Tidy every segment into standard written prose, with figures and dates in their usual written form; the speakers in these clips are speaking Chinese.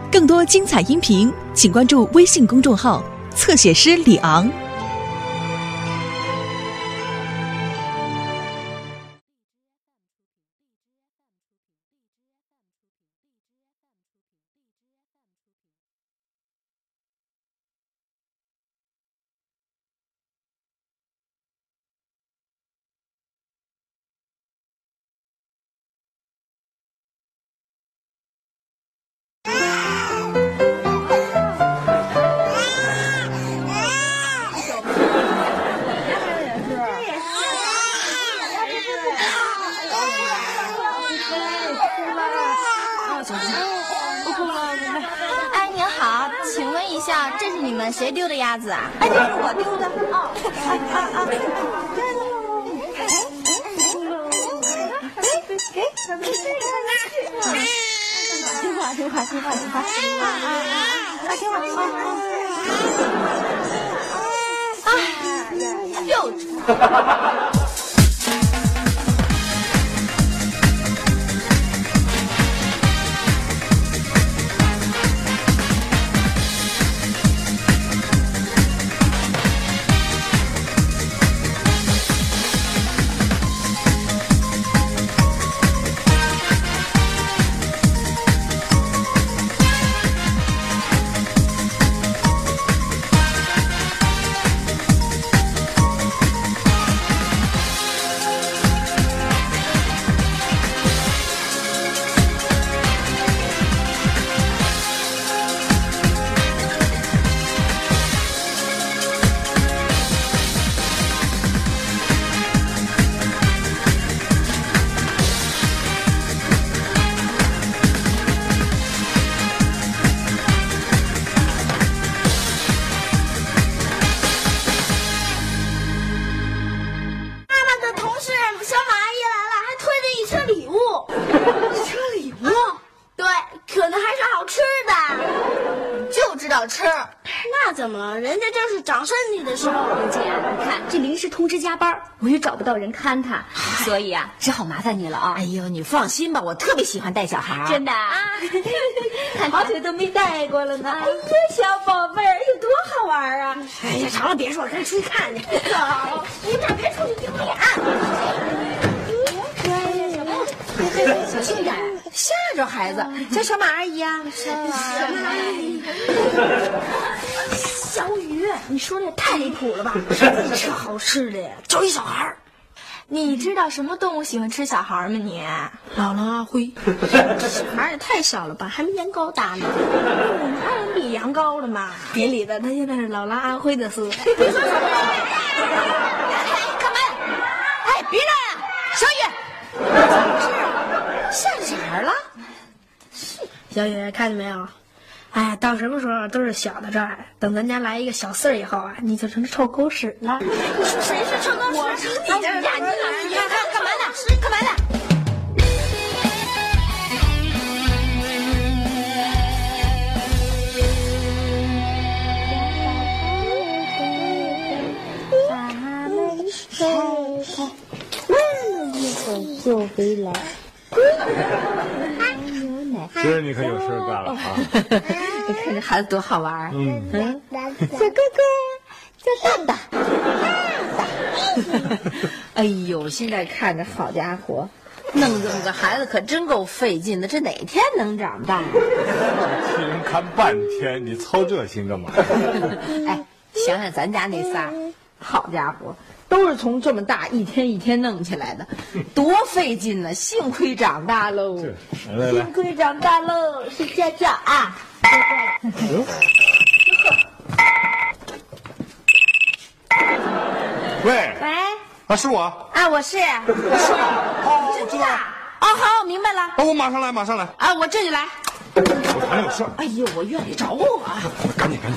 更多精彩音频，请关注微信公众号“侧写师李昂”。 哎，您好，请问一下，这是你们谁丢的鸭子啊？ 哎，这是我丢的。哦，听话。 幼稚。 吃，那怎么了？人家这是长身体的时候。 姐，你看这临时通知加班，我也找不到人看他，所以啊，只好麻烦你了啊。 哎呦，你放心吧，我特别喜欢带小孩。 真的啊？ 好久都没带过了呢。 哎呀，小宝贝儿，有多好玩啊！哎呀，长了别说了，咱出去看去。走，你们俩别出去丢脸。 小心点，吓着孩子，像小马阿姨啊。小马阿姨。 小雨，你说的也太离谱了吧！谁吃好吃的呀？就一小孩儿。 你知道什么动物喜欢吃小孩吗？你老狼阿辉。小孩也太小了吧，还没羊羔大呢。哪有比羊羔的嘛？别理他，他现在是老狼阿辉的事。别说什么了！ 干嘛？哎，别乱了，小雨。吓着小孩了。 小雨，看见没有？哎，到什么时候都是小的这儿，等咱家来一个小四儿以后啊，你就成臭狗屎了。你说谁是臭狗屎？我是你呀！ 你干嘛呢？干嘛呢？ 问了一会儿就回来。 今儿你可有事干了啊！ 你看这孩子多好玩。 小哥哥，叫大大。 哎呦，现在看着好家伙，弄这么个孩子可真够费劲的，这哪天能长大？ 替人看半天，你操这心干嘛？ 哎，想想咱家那仨，好家伙，都是从这么大一天一天弄起来的，多费劲呢！幸亏长大喽， 来， 幸亏长大喽，是家长啊。 喂，啊，是我啊，我是哦，我知道。 哦，好，我明白了。 啊，我马上来。 啊，我这就来。 我还有事儿。 哎呦，我院里找我啊！ 赶紧。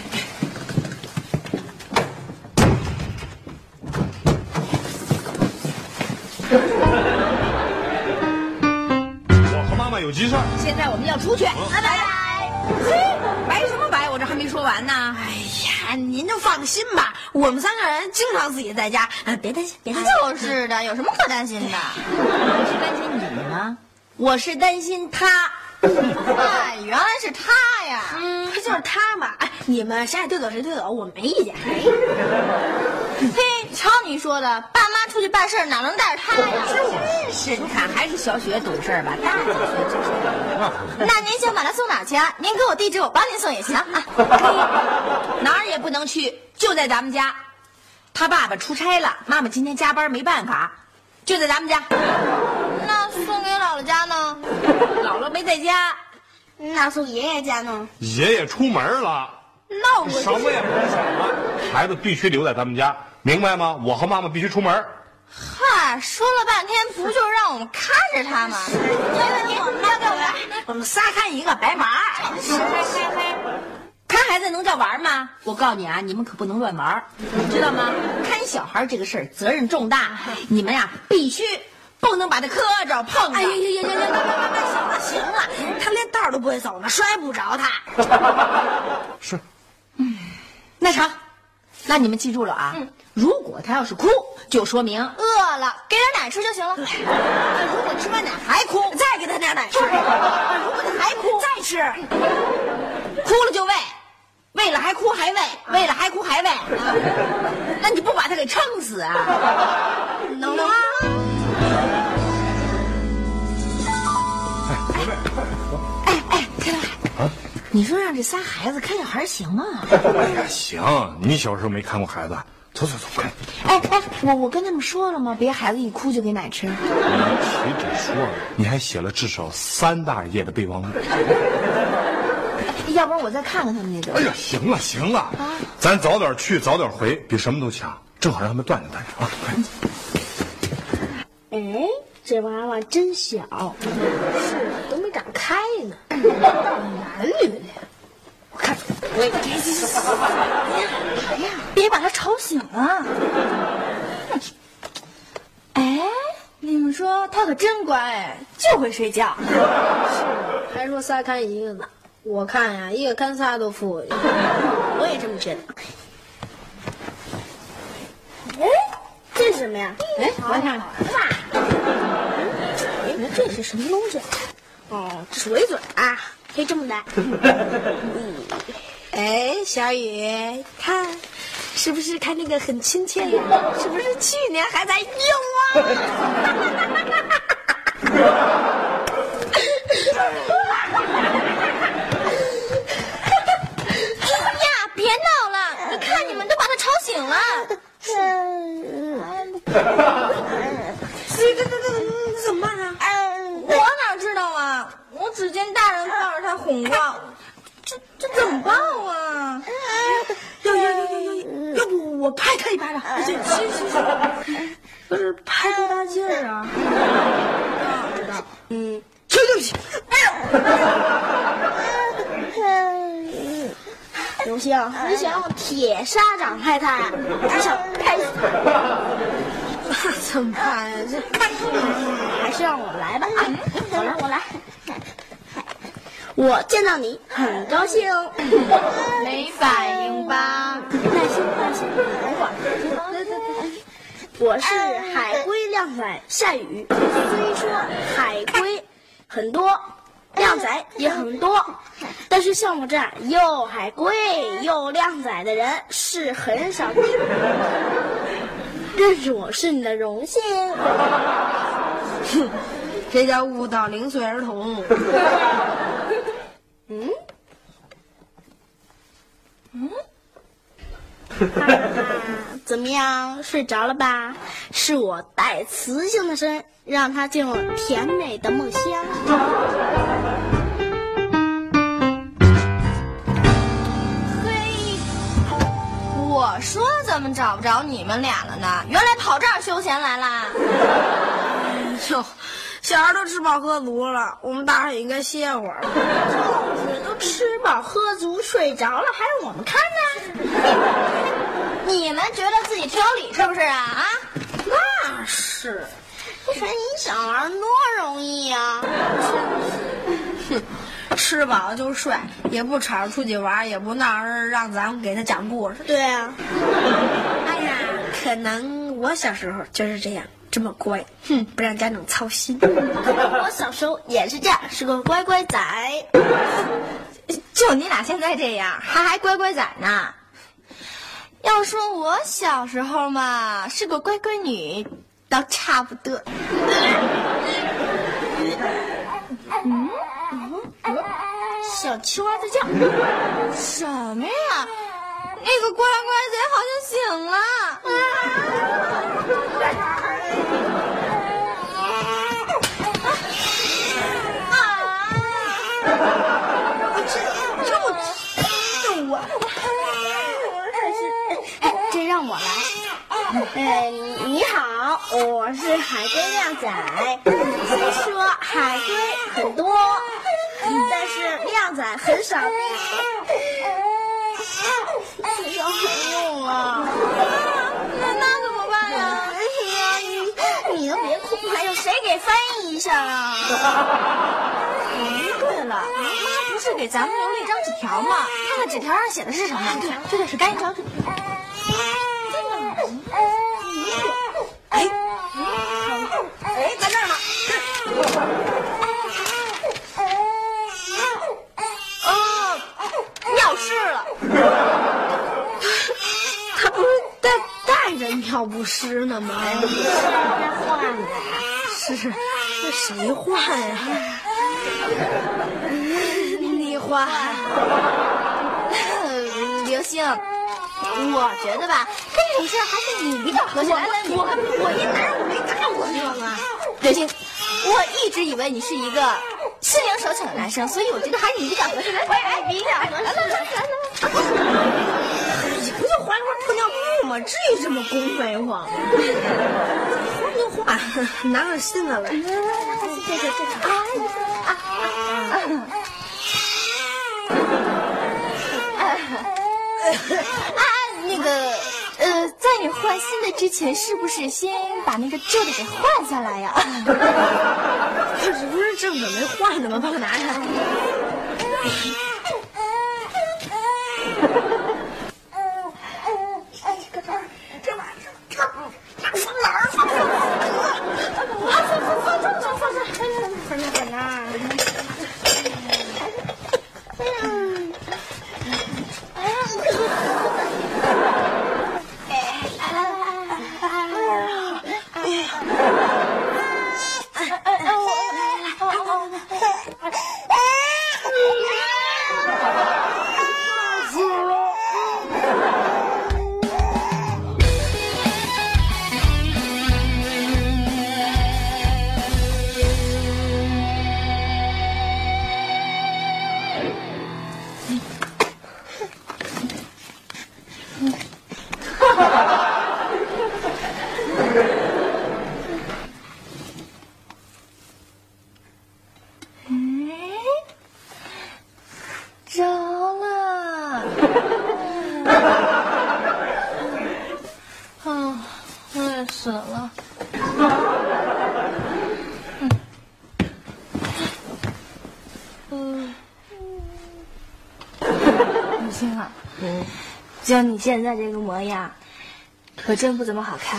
我和妈妈有急事儿。 现在我们要出去。拜拜。嘿，拜什么拜？我这还没说完呢。 哎呀，您就放心吧，我们三个人经常自己在家，别担心。 就是的，有什么可担心的？ 我是担心你吗？ 我是担心他。 哎，原来是他呀？ 不就是他嘛？哎，你们谁爱对走谁对走，我没意见。 嘿，瞧你说的，爸妈出去办事哪能带着他呀？ 是，你看还是小雪懂事吧，大几岁知识。 那您想把他送哪儿去啊？您给我地址，我帮您送也行啊。 哪儿也不能去，就在咱们家。他爸爸出差了，妈妈今天加班没办法，就在咱们家。 那送给姥姥家呢？ 姥姥没在家。 那送爷爷家呢？ 爷爷出门了， 那我什么也不用想了，孩子必须留在咱们家，明白吗？我和妈妈必须出门。 嗨，说了半天，不就是让我们看着他吗？ 我们仨看一个白玩。 看孩子能叫玩吗？我告诉你啊，你们可不能乱玩，知道吗？看小孩这个事儿责任重大，你们呀必须不能把他磕着碰着。 哎呀，行了，他连道都不会走呢，摔不着他。 是， 那成，那你们记住了啊，如果他要是哭，就说明饿了，给点奶吃就行了。 如果吃完奶还哭， 再给他点奶吃。 如果他还哭， 再吃， 哭了就喂，喂了还哭还喂，喂了还哭还喂，那你不把他给撑死啊？ 能吗？ 天来啊！你说让这仨孩子看小孩行吗？ 哎呀，行，你小时候没看过孩子，走，快。 我跟他们说了吗？别孩子一哭就给奶吃。 你岂止说了，你还写了至少3大页的备忘录。 要不然我再看看他们那个。 哎呀，行了，咱早点去早点回，比什么都强。正好让他们锻炼啊！快。 哎，这娃娃真小，是都没长开呢。男女的，我看别把他吵醒了。哎，你们说他可真乖，就会睡觉。 还说仨看一个呢，我看呀，一个看仨都富裕。我也这么觉得。哎，这是什么呀？ 哎，我看看。 哎，这是什么东西？哦，这是围嘴啊，可以这么戴。哎，小雨，看，是不是看那个很亲切呀？是不是去年还在用啊？ 呀，别闹了！你看你们都把他吵醒了。 这怎么办啊？ 我哪知道啊？我只见大人抱着他哄抱，这怎么抱啊？ 要不我拍他一巴掌？行，不是拍多大劲儿啊？知道，对不起。 荣幸，你想用铁砂掌拍他，还想拍死那怎么办呀？ 还是让我来吧。我来。我见到你很高兴。 没反应吧？ 耐心，等会儿。我是海龟靓仔夏雨。虽说海龟很多，靓仔也很多，但是像我这样又海龟又靓仔的人是很少的。认识我是你的荣幸。 哼，这叫误导0岁儿童。 怎么样，睡着了吧？是我带磁性的声音让他进入甜美的梦乡。 嘿，我说怎么找不着你们俩了呢？原来跑这儿休闲来啦！ 哟，小孩都吃饱喝足了，我们大人也应该歇会儿。 就是都吃饱喝足睡着了，还让我们看呢？ 你们觉得自己挺有理是不是啊？ 那是， 陪你小孩多容易啊！ 哼，吃饱就睡，也不吵着出去玩，也不闹着让咱们给他讲故事。 对啊， 哎呀，可能我小时候就是这样， 这么乖，不让家长操心。 我小时候也是这样，是个乖乖仔。 就你俩现在这样，还乖乖仔呢？要说我小时候嘛，是个乖乖女，倒差不多。 小青蛙在叫， 什么呀？那个乖乖贼好像醒了。 这让我来。你好，我是海龟靓仔。虽说海龟很多，但是靓仔很少。学校很用啊， 那怎么办呀？ 哎呀，你都别哭，还有谁给翻译一下啊？ 对了，妈不是给咱们留了一张纸条吗？看看纸条上写的是什么？对，是赶紧找纸条。在这儿呢。哦，尿湿了。 他不是带着尿不湿呢吗？ 该换的。 是，这谁换呀？你换。 刘星，我觉得吧，这种事还是你比较合适。来，我一男人我没干过这个。刘星，我一直以为你是一个心灵手巧的男生，所以我觉得还是你比较合适。来，比较合适。来。 你不就换一块破尿布吗？至于这么恭维我吗？换就换，拿点新的来。 那个，在你换新的之前，是不是先把那个旧的给换下来呀？ 这不是正准备换的吗？帮我拿着。 着了。累死了。 刘星啊，就你现在这个模样，可真不怎么好看。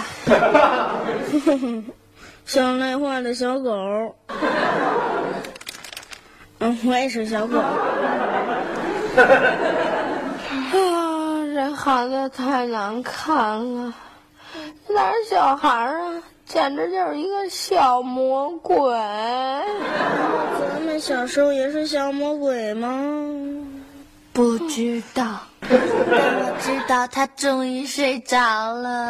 像累坏的小狗。我也是小狗。这孩子太难看了，哪是小孩啊，简直就是一个小魔鬼。咱们小时候也是小魔鬼吗？ 不知道，但我知道他终于睡着了。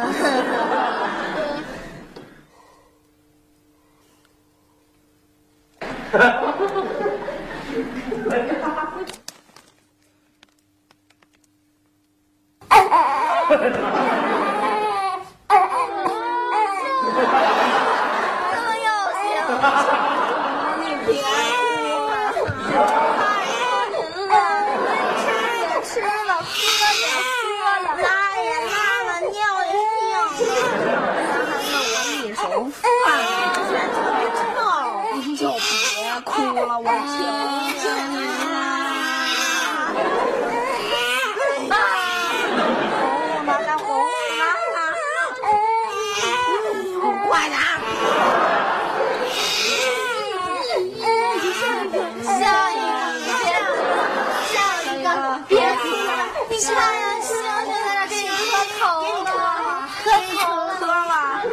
快点！ 别哭了，你看呀，小雪在这给你磕头了，磕头了，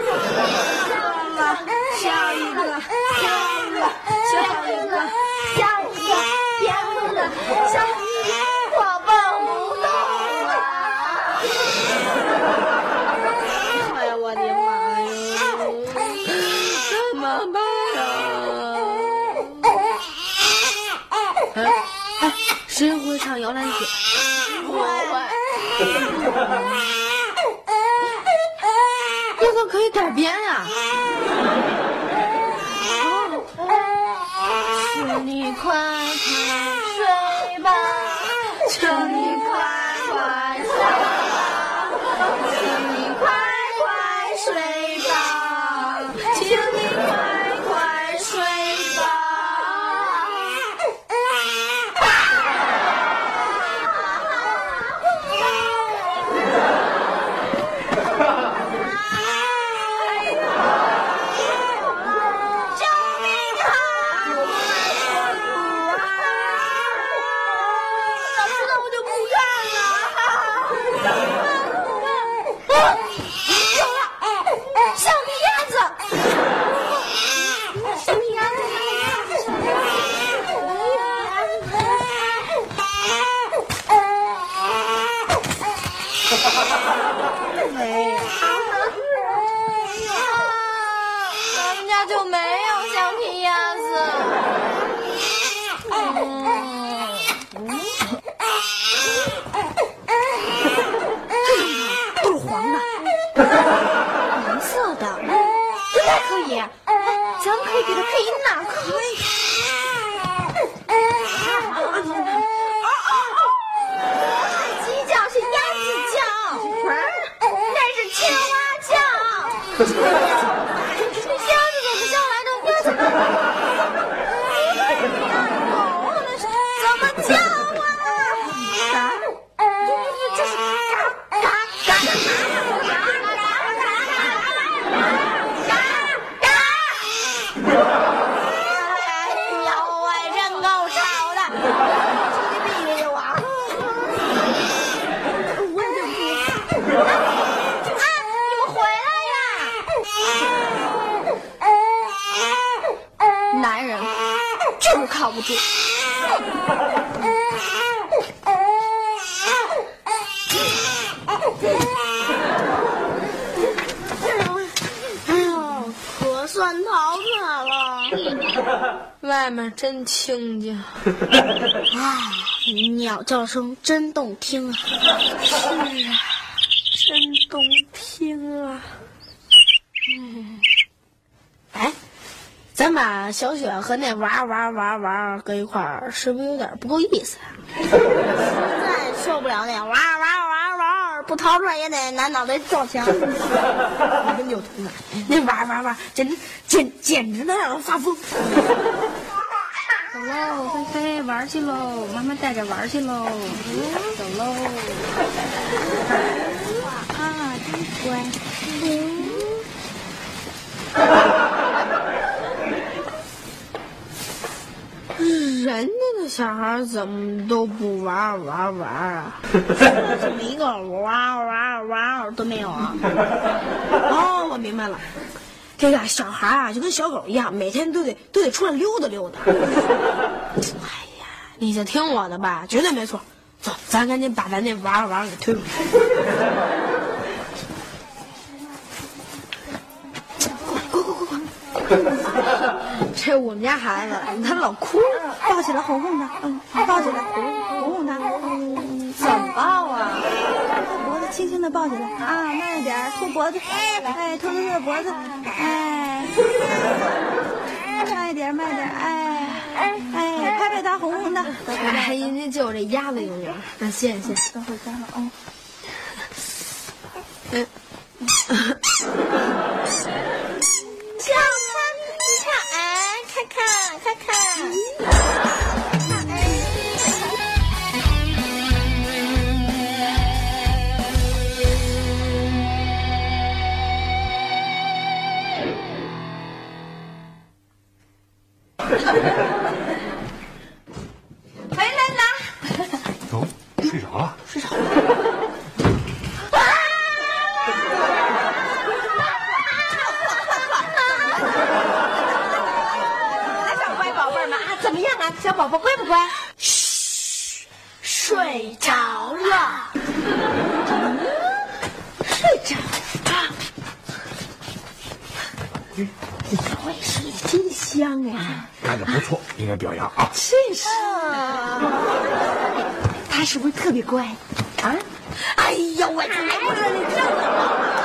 下一个， 别哭了，小雨，我抱不动了。 哎呀，我的妈呀！怎么办呀？谁会唱摇篮曲？ 我这个可以改编呀！ 请你快快睡吧，请你快快睡吧，请你快快睡吧，请你快快睡吧。咱们家就没有橡皮鸭子。 都是黄的， 蓝色的，这还可以，咱们可以给它配音呐，可以。鸡叫是鸭子叫，那是青蛙叫。鸭子怎么叫来着？鸭子怎么叫啊？就是嘎嘎嘎呀，我真够吵的。男人就是靠不住。 哎呦，可算逃出来了。 外面真清静。 啊，鸟叫声真动听啊！ 是啊，真动听啊。 哎，咱把小雪和那玩搁一块儿，是不是有点不够意思啊？实在受不了那玩，不逃出来也得拿脑袋撞墙。你真有图呢，那玩，简直能让人发疯。 走喽，菲菲玩去喽，妈妈带着玩去喽。走喽。 啊，真乖。人家的小孩怎么都不玩啊？怎么一个玩都没有啊？哦，我明白了，这个小孩啊就跟小狗一样，每天都得出来溜达溜达。哎呀，你就听我的吧，绝对没错。走，咱赶紧把咱那玩给推出去。这我们家孩子，他老哭，抱起来哄哄他，抱起来哄他， 怎么抱啊？ 脖子轻轻的抱起来啊，慢一点，托脖子，哎，托脖子，哎，慢一点，哎，拍他，哄哄他。 哎，人家就这鸭子有点，那谢。 等会儿干了啊。 宝宝乖不乖？嘘，睡着了。睡着了。我也睡得真香啊！ 干得不错，应该表扬啊。 真是。他是不是特别乖啊？哎呀，我才不是你这个。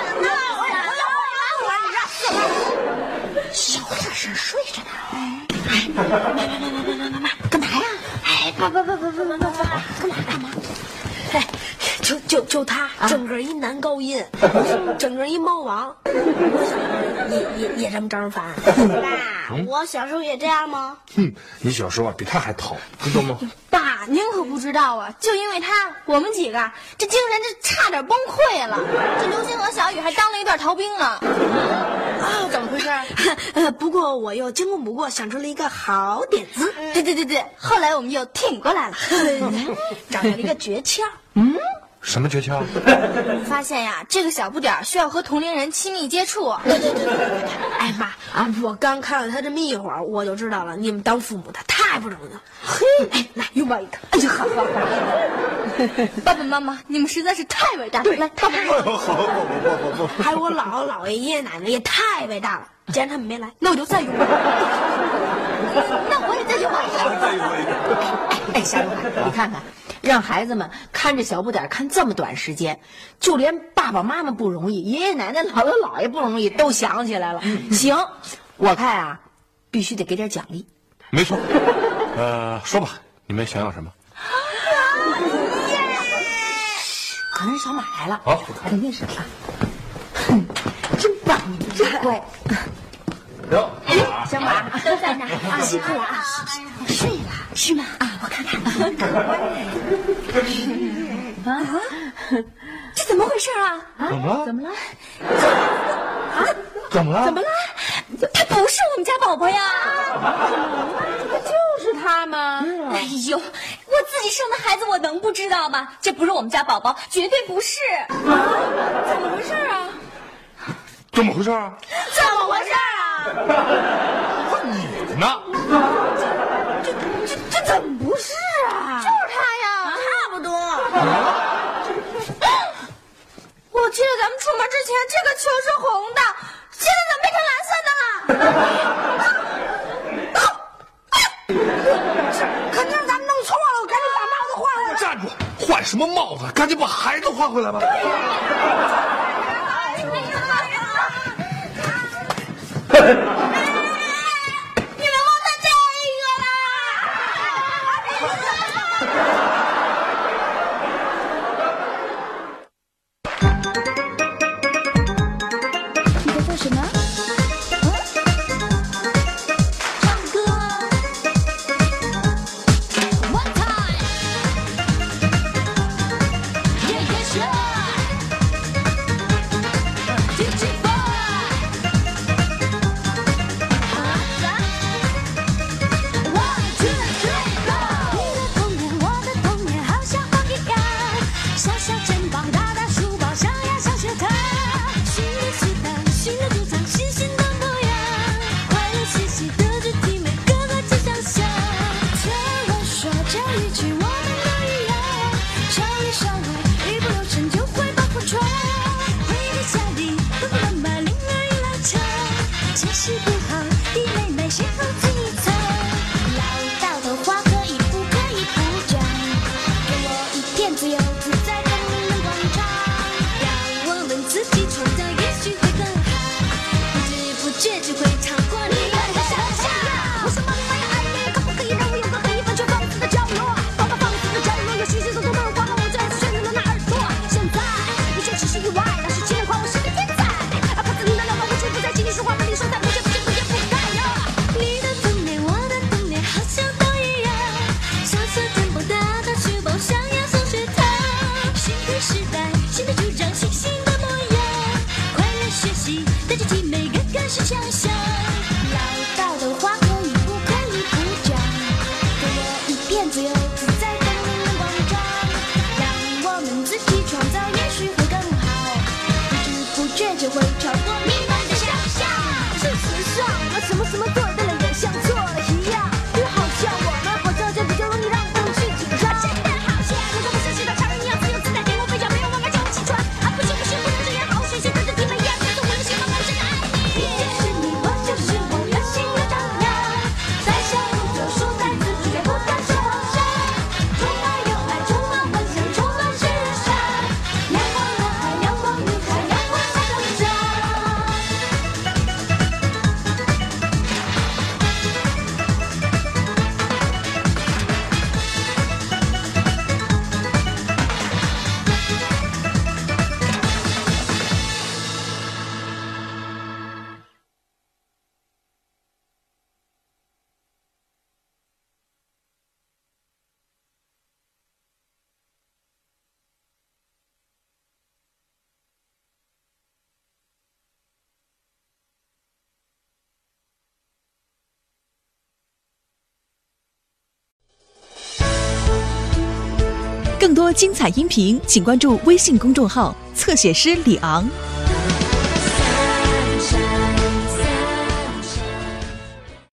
小点声，睡着呢。妈，干嘛呀？哎，爸，干嘛？哎，就他，整个一男高音，整个一猫王。也这么招人烦。爸，我小时候也这样吗？ 你小时候比他还淘，知道吗？ 爸，您可不知道啊，就因为他，我们几个这精神这差点崩溃了。这刘星和小雨还当了一段逃兵呢。 啊，怎么回事？不过我又经过不过，想出了一个好点子。 对，后来我们又挺过来了， 找到了一个诀窍。 什么诀窍？ 发现呀，这个小不点儿需要和同龄人亲密接触。 对。哎妈啊！我刚看了他这么一会儿，我就知道了，你们当父母的太不容易了。嘿，来拥抱一个。哎呀，好。 爸爸妈妈，你们实在是太伟大了。来， 好。 还有我姥姥、姥爷、爷爷奶奶也太伟大了。既然他们没来，那我就再拥抱。 那我也再拥抱一个。 哎，夏东海，你看看。让孩子们看着小不点看这么短时间，就连爸爸妈妈不容易，爷爷奶奶、姥姥姥爷不容易，都想起来了。行，我看啊，必须得给点奖励。 没错。说吧，你们想要什么？ 可能是小马来了。 好， 肯定是他。真棒，真乖。小马都在那啊，辛苦了啊，睡了是吗？啊，我看看，啊， 这怎么回事啊？ 怎么了？怎么了？ 他不是我们家宝宝呀！ 就是他吗？ 哎呦，我自己生的孩子，我能不知道吗？这不是我们家宝宝，绝对不是。怎么回事啊？ 怎么回事啊？你呢？ 这怎么不是啊？ 就是他呀， 差不多。 我记得咱们出门之前，这个球是红的，现在怎么变成蓝色的了？ 肯定是咱们弄错了，我赶紧把帽子换回来。 站住！换什么帽子？赶紧把孩子换回来吧。 你们忘了这个你在做什么？唱歌。One time. Yeah, sure. 更多精彩音频，请关注微信公众号“侧写师李昂”。